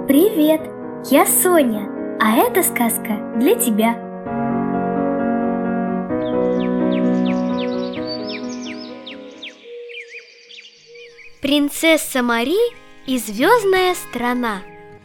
Привет, я Соня, а эта сказка для тебя. Принцесса Мари и звездная страна.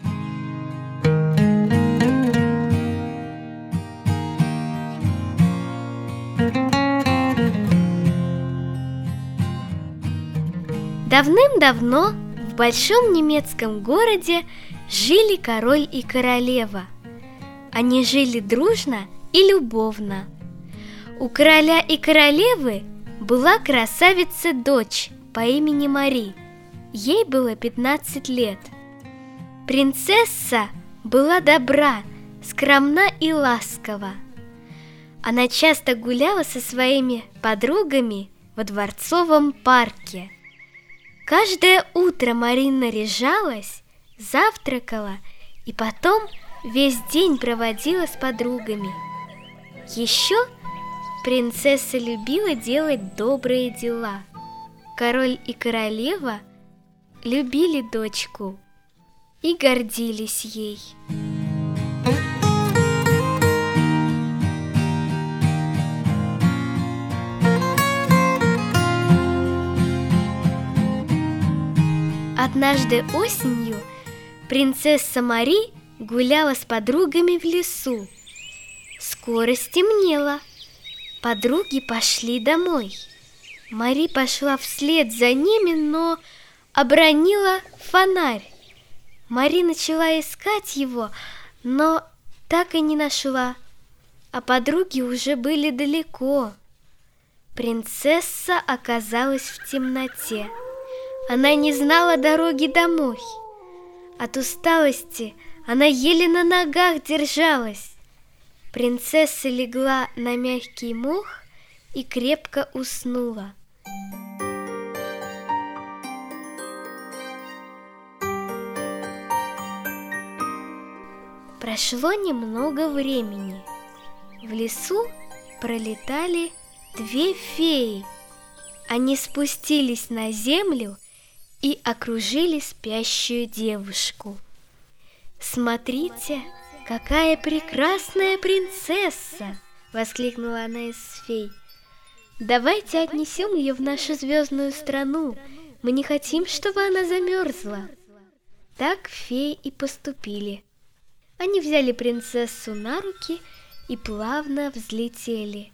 Давным-давно в большом немецком городе жили король и королева. Они жили дружно и любовно. У короля и королевы была красавица-дочь по имени Мари. Ей было 15 лет. Принцесса была добра, скромна и ласкова. Она часто гуляла со своими подругами во дворцовом парке. Каждое утро Мари наряжалась, завтракала и потом весь день проводила с подругами. Еще принцесса любила делать добрые дела. Король и королева любили дочку и гордились ей. Однажды осенью принцесса Мари гуляла с подругами в лесу. Скоро стемнело. Подруги пошли домой. Мари пошла вслед за ними, но обронила фонарь. Мари начала искать его, но так и не нашла, а подруги уже были далеко. Принцесса оказалась в темноте. Она не знала дороги домой. От усталости она еле на ногах держалась. Принцесса легла на мягкий мох и крепко уснула. Прошло немного времени. В лесу пролетали две феи. Они спустились на землю и окружили спящую девушку. «Смотрите, какая прекрасная принцесса!» — воскликнула она из фей. «Давайте отнесем ее в нашу звездную страну. Мы не хотим, чтобы она замерзла». Так феи и поступили. Они взяли принцессу на руки и плавно взлетели.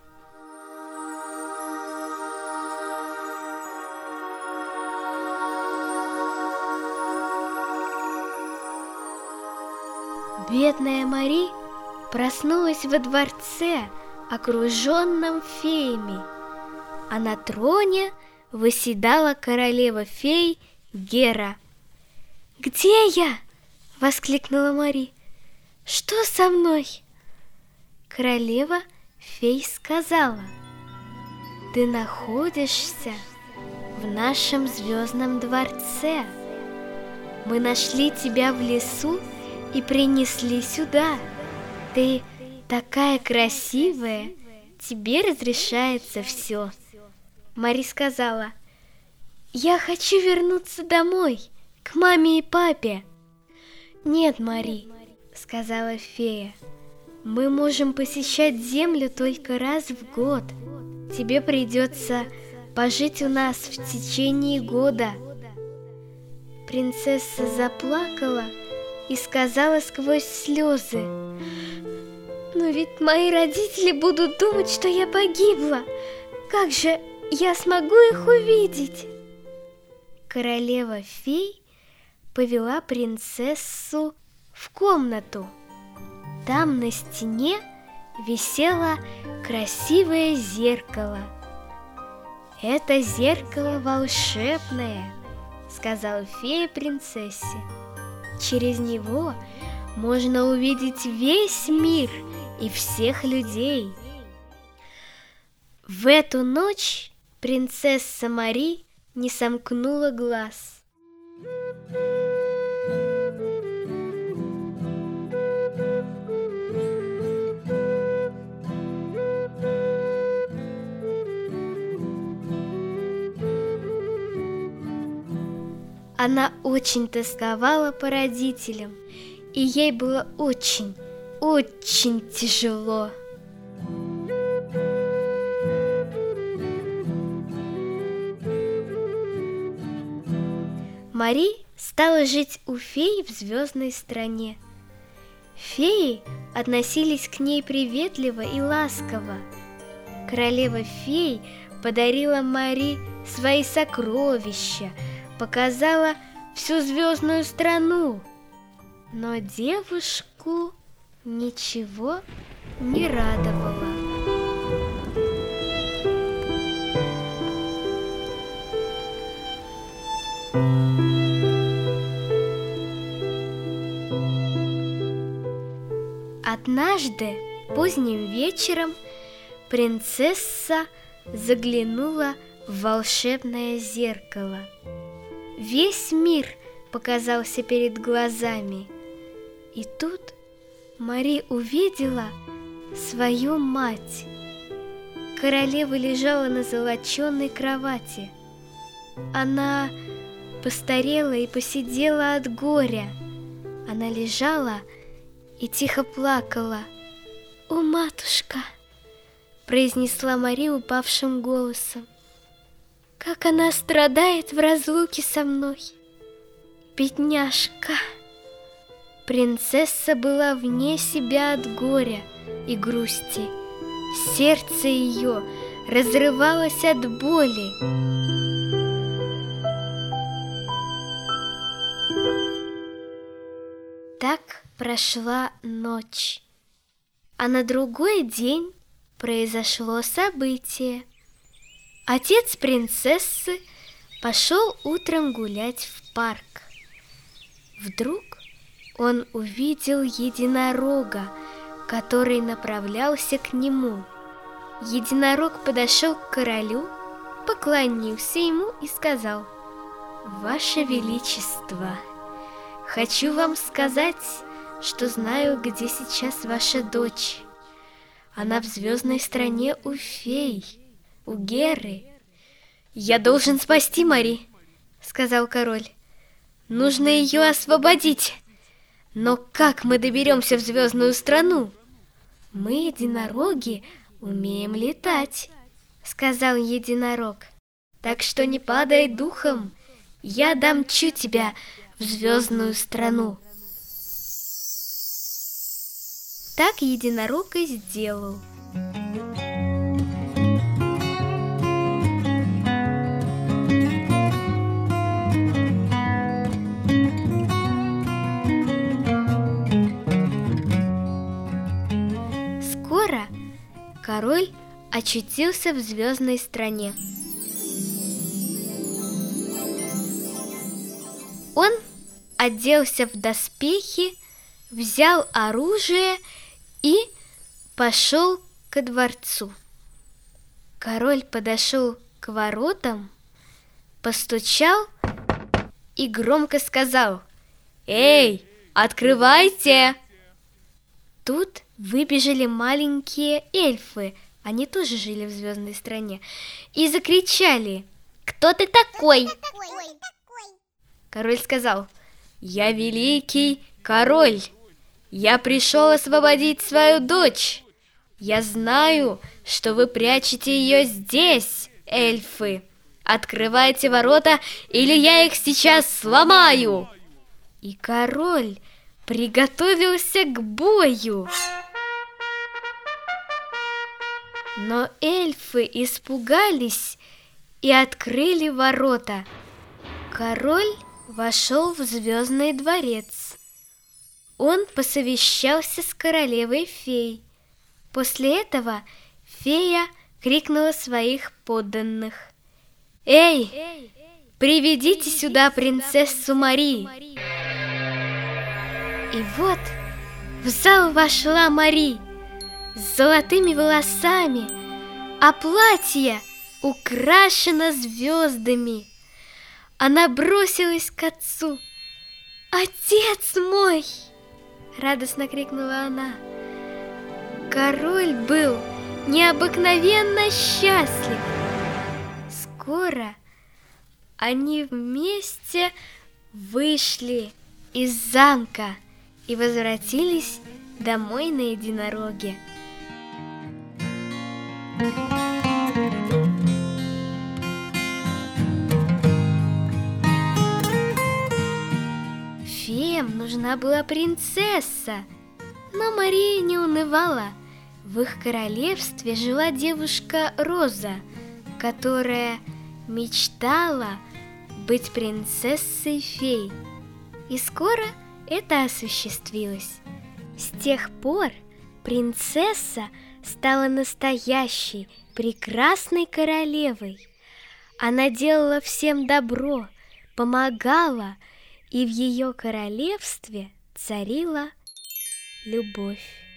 Бедная Мари проснулась во дворце, окруженном феями, а на троне восседала королева фей Гера. «Где я?» — воскликнула Мари. «Что со мной?» Королева фей сказала: «Ты находишься в нашем звездном дворце. Мы нашли тебя в лесу и принесли сюда. Ты такая красивая, тебе разрешается все». Мари сказала: «Я хочу вернуться домой, к маме и папе». «Нет, Мари», — сказала фея, «мы можем посещать землю только раз в год. Тебе придется пожить у нас в течение года». Принцесса заплакала и сказала сквозь слезы: «Но ведь мои родители будут думать, что я погибла. Как же я смогу их увидеть?» Королева фей повела принцессу в комнату. Там на стене висело красивое зеркало. «Это зеркало волшебное», — сказала фея принцессе. «Через него можно увидеть весь мир и всех людей». В эту ночь принцесса Мари не сомкнула глаз. Она очень тосковала по родителям, и ей было очень, очень тяжело. Мари стала жить у феи в звездной стране. Феи относились к ней приветливо и ласково. Королева фей подарила Мари свои сокровища, показала всю звездную страну. Но девушку ничего не радовало. Однажды поздним вечером принцесса заглянула в волшебное зеркало. Весь мир показался перед глазами. И тут Мари увидела свою мать. Королева лежала на золоченой кровати. Она постарела и посидела от горя. Она лежала и тихо плакала. «О, матушка!» — произнесла Мари упавшим голосом. «Как она страдает в разлуке со мной! Бедняжка!» Принцесса была вне себя от горя и грусти. Сердце ее разрывалось от боли. Так прошла ночь, а на другой день произошло событие. Отец принцессы пошел утром гулять в парк. Вдруг он увидел единорога, который направлялся к нему. Единорог подошел к королю, поклонился ему и сказал: «Ваше Величество, хочу вам сказать, что знаю, где сейчас ваша дочь. Она в звездной стране у фей, у Геры». «Я должен спасти Мари», — сказал король. «Нужно ее освободить. Но как мы доберемся в звездную страну?» «Мы, единороги, умеем летать», — сказал единорог. «Так что не падай духом, я домчу тебя в звездную страну». Так единорог и сделал. Скоро король очутился в звездной стране. Он оделся в доспехи, взял оружие и пошел ко дворцу. Король подошел к воротам, постучал и громко сказал: «Эй, открывайте!» Тут выбежали маленькие эльфы, они тоже жили в звездной стране, и закричали: «Кто ты такой?» Король сказал: «Я великий король. Я пришел освободить свою дочь. Я знаю, что вы прячете ее здесь, эльфы. Открывайте ворота, или я их сейчас сломаю!» И король приготовился к бою. Но эльфы испугались и открыли ворота. Король вошел в звездный дворец. Он посовещался с королевой фей. После этого фея крикнула своих подданных: «Эй, приведите сюда принцессу Мари!» И вот в зал вошла Мари с золотыми волосами, а платье украшено звездами. Она бросилась к отцу. «Отец мой!» — радостно крикнула она. Король был необыкновенно счастлив. Скоро они вместе вышли из замка и возвратились домой на единороге. Феям нужна была принцесса, но Мария не унывала. В их королевстве жила девушка Роза, которая мечтала быть принцессой-фей. И скоро это осуществилось. С тех пор принцесса стала настоящей, прекрасной королевой. Она делала всем добро, помогала, и в ее королевстве царила любовь.